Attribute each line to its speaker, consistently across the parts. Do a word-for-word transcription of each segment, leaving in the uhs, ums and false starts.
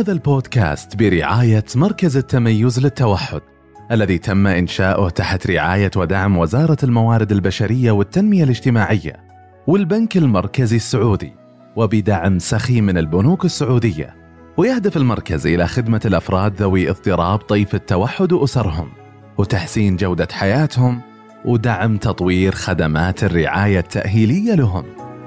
Speaker 1: هذا البودكاست برعاية مركز التميز للتوحد الذي تم إنشاؤه تحت رعاية ودعم وزارة الموارد البشرية والتنمية الاجتماعية والبنك المركزي السعودي وبدعم سخي من البنوك السعودية. ويهدف المركز إلى خدمة الأفراد ذوي اضطراب طيف التوحد وأسرهم وتحسين جودة حياتهم ودعم تطوير خدمات الرعاية التأهيلية لهم.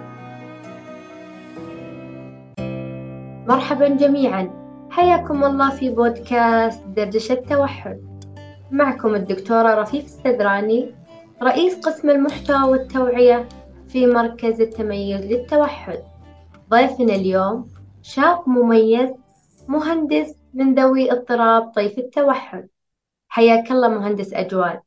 Speaker 2: مرحبا جميعا، حياكم الله في بودكاست دردشة التوحد. معكم الدكتورة رفيف السدراني، رئيس قسم المحتوى والتوعية في مركز التميز للتوحد. ضيفنا اليوم شاب مميز، مهندس من ذوي اضطراب طيف التوحد. حياك الله مهندس أجواد.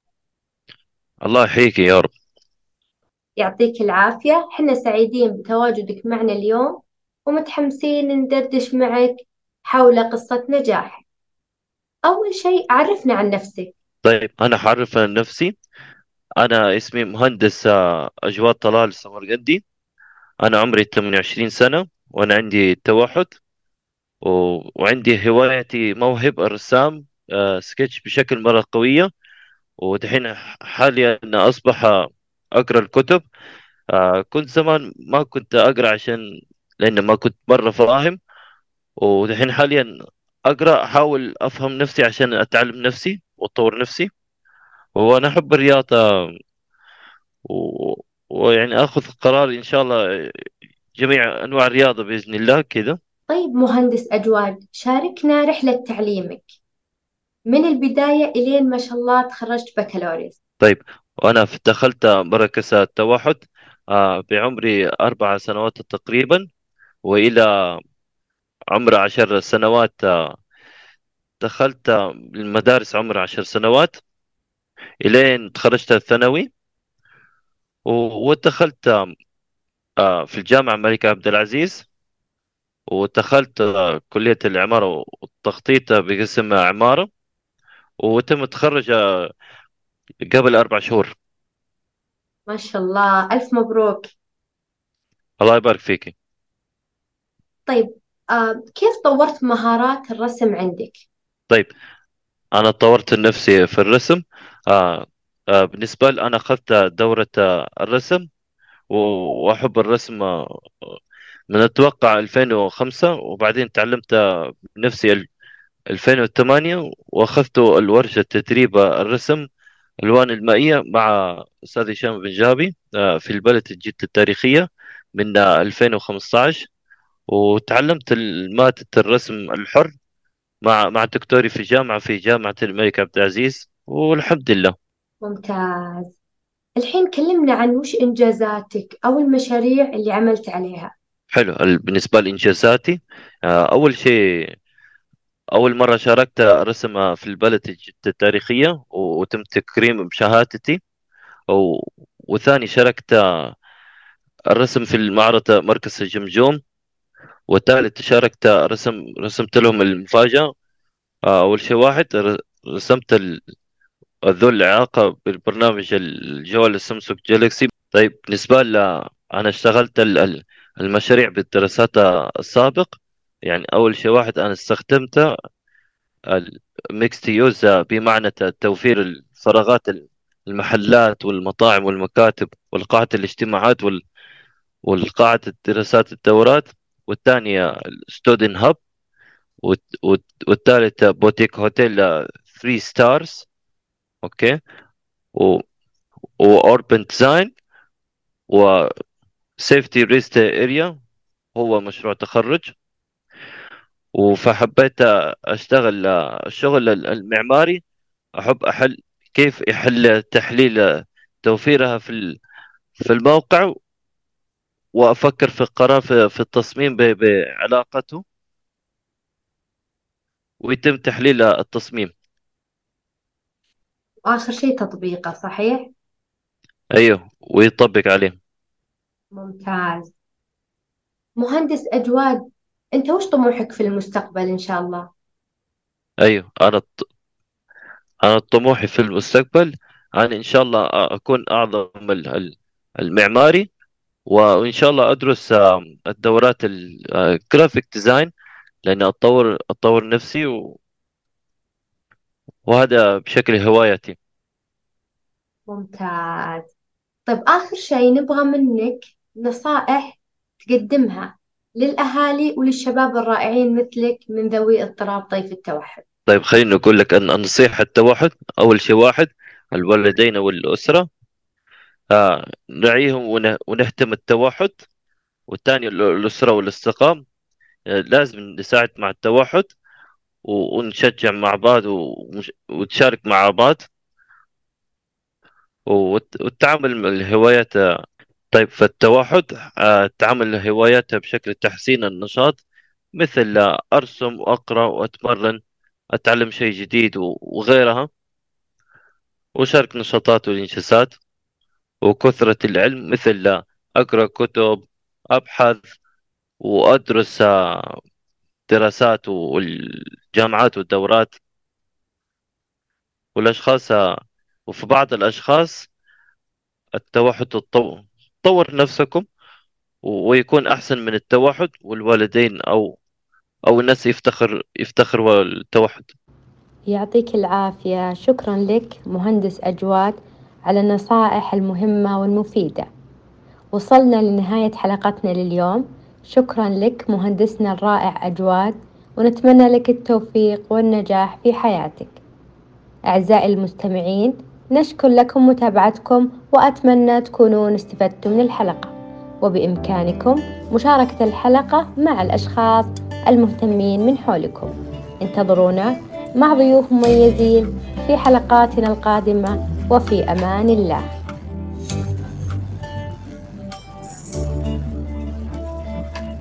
Speaker 3: الله يحييك يا رب.
Speaker 2: يعطيك العافية، حنا سعيدين بتواجدك معنا اليوم ومتحمسين ندردش معك حول قصة نجاح. أول شيء عرفنا عن نفسك.
Speaker 3: طيب أنا حعرف عن نفسي. أنا اسمي مهندس آه، أجواد طلال السمرقندي. أنا عمري ثمانية وعشرين سنة وأنا عندي توحد و... وعندي هوايتي موهبة الرسام، آه، سكتش بشكل مرة قوية. ودحين حاليا أصبح آه، أقرأ الكتب. آه، كنت زمان ما كنت أقرأ عشان لأن ما كنت مرة فاهم، ودحين حاليا أقرأ أحاول أفهم نفسي عشان أتعلم نفسي وأطور نفسي. وأنا أحب الرياضة و... ويعني اخذ قرار ان شاء الله جميع انواع الرياضه باذن الله كذا.
Speaker 2: طيب مهندس أجواد، شاركنا رحلة تعليمك من البداية إلين ما شاء الله تخرجت بكالوريوس.
Speaker 3: طيب وانا في- دخلت مركز التوحد آه، بعمري اربع سنوات تقريبا، والى عمر عشر سنوات آه، دخلت المدارس عمر عشر سنوات الين تخرجت الثانوي. و- ودخلت آه، في الجامعه الملك عبد العزيز، ودخلت آه، كليه العماره والتخطيط بقسم عماره، وتم التخرج قبل أربع شهور.
Speaker 2: ما شاء الله، ألف مبروك.
Speaker 3: الله يبارك فيك.
Speaker 2: طيب، آه كيف طورت مهارات الرسم عندك؟
Speaker 3: طيب أنا طورت نفسي في الرسم. آه آه بالنسبة لي أنا أخذت دورة آه الرسم، و- وأحب الرسم آه من أتوقع ألفين وخمسة، وبعدين تعلمت آه بنفسي ال- ألفين وثمانية، وأخذت الورشة تدريب آه الرسم الألوان المائية مع أستاذ هشام بن جابي آه في البلد جدة التاريخية من آه ألفين وخمسة عشر. وتعلمت مادة الرسم الحر مع مع دكتوري في جامعة في جامعة الملك عبد العزيز، والحمد لله.
Speaker 2: ممتاز. الحين كلمنا عن وش إنجازاتك أو المشاريع اللي عملت عليها.
Speaker 3: حلو. ال- بالنسبة لإنجازاتي، آه، أول شيء أول مرة شاركت رسم في البلد الج- التاريخية وتم تكريم بشهادتي. و- وثاني شاركت الرسم في المعرض مركز الجمجوم. والثالث شاركت رسم رسمت لهم المفاجأة. آه، أول شيء واحد ر- رسمت ال- ذو الإعاقة بالبرنامج الجوال السامسونج جالكسي. طيب بالنسبة ل أنا اشتغلت ال- ال- المشاريع بالدراسات السابق. يعني أول شيء واحد أنا استخدمت الميكست يوز بمعنى توفير الفراغات المحلات والمطاعم والمكاتب والقاعة الاجتماعات وال- والقاعة الدراسات الدورات. والثانية ستودنت هاب. والثالث بوتيك هوتيل ثري ستارز. اوكي. و وأوربن ديزاين وسيفتي ريست اريا، هو مشروع تخرج. فحبيت اشتغل الشغل المعماري. احب احل كيف يحل تحليل توفيرها في ال- في الموقع، وافكر في القرار في في التصميم ب- بعلاقته، ويتم تحليل التصميم.
Speaker 2: وآخر شيء تطبيقه، صحيح؟
Speaker 3: ايوه، ويطبق عليه.
Speaker 2: ممتاز. مهندس أجواد، أنت وش طموحك في المستقبل إن شاء الله؟
Speaker 3: ايوه، انا انا طموحي في المستقبل أنا ان شاء الله اكون اعظم ال- ال- المعماري. وان شاء الله ادرس آه، الدورات الجرافيك ديزاين، لأني أتطور أتطور نفسي و... وهذا بشكل هوايتي.
Speaker 2: ممتاز. طيب آخر شيء نبغى منك نصائح تقدمها للأهالي وللشباب الرائعين مثلك من ذوي اضطراب طيف التوحد.
Speaker 3: طيب خليني أقول لك أن نصيحة التوحد، أول شيء واحد الوالدين والأسرة، آه نراعيهم ونه... ونهتم التوحد. والثاني ال- الأسرة والاستقامة، آه لازم نساعد مع التوحد و- ونشجع مع بعض ومش- وتشارك مع بعض، والت- والتعامل مع الهوايات. طيب في التوحد، آه، التعامل الهوايات بشكل تحسين النشاط، مثل آه، أرسم وأقرأ وأتمرن، أتعلم شيء جديد و- وغيرها، وشارك نشاطات والإنجازات. وكثرة العلم، مثل آه، أقرأ كتب، أبحث وأدرس آه، دراسات والجامعات والدورات. والأشخاص آه، وفي بعض الأشخاص التوحد تطو- تطور نفسكم و- ويكون أحسن من التوحد، والوالدين أو أو الناس يفتخر يفتخروا التوحد.
Speaker 2: يعطيك العافية. شكرا لك مهندس أجواد على النصائح المهمة والمفيدة. وصلنا لنهاية حلقتنا لليوم. شكرا لك مهندسنا الرائع أجواد، ونتمنى لك التوفيق والنجاح في حياتك. أعزائي المستمعين، نشكر لكم متابعتكم، وأتمنى تكونون استفدتم من الحلقة، وبإمكانكم مشاركة الحلقة مع الأشخاص المهتمين من حولكم. انتظرونا مع ضيوف مميزين في حلقاتنا القادمة، وفي أمان الله.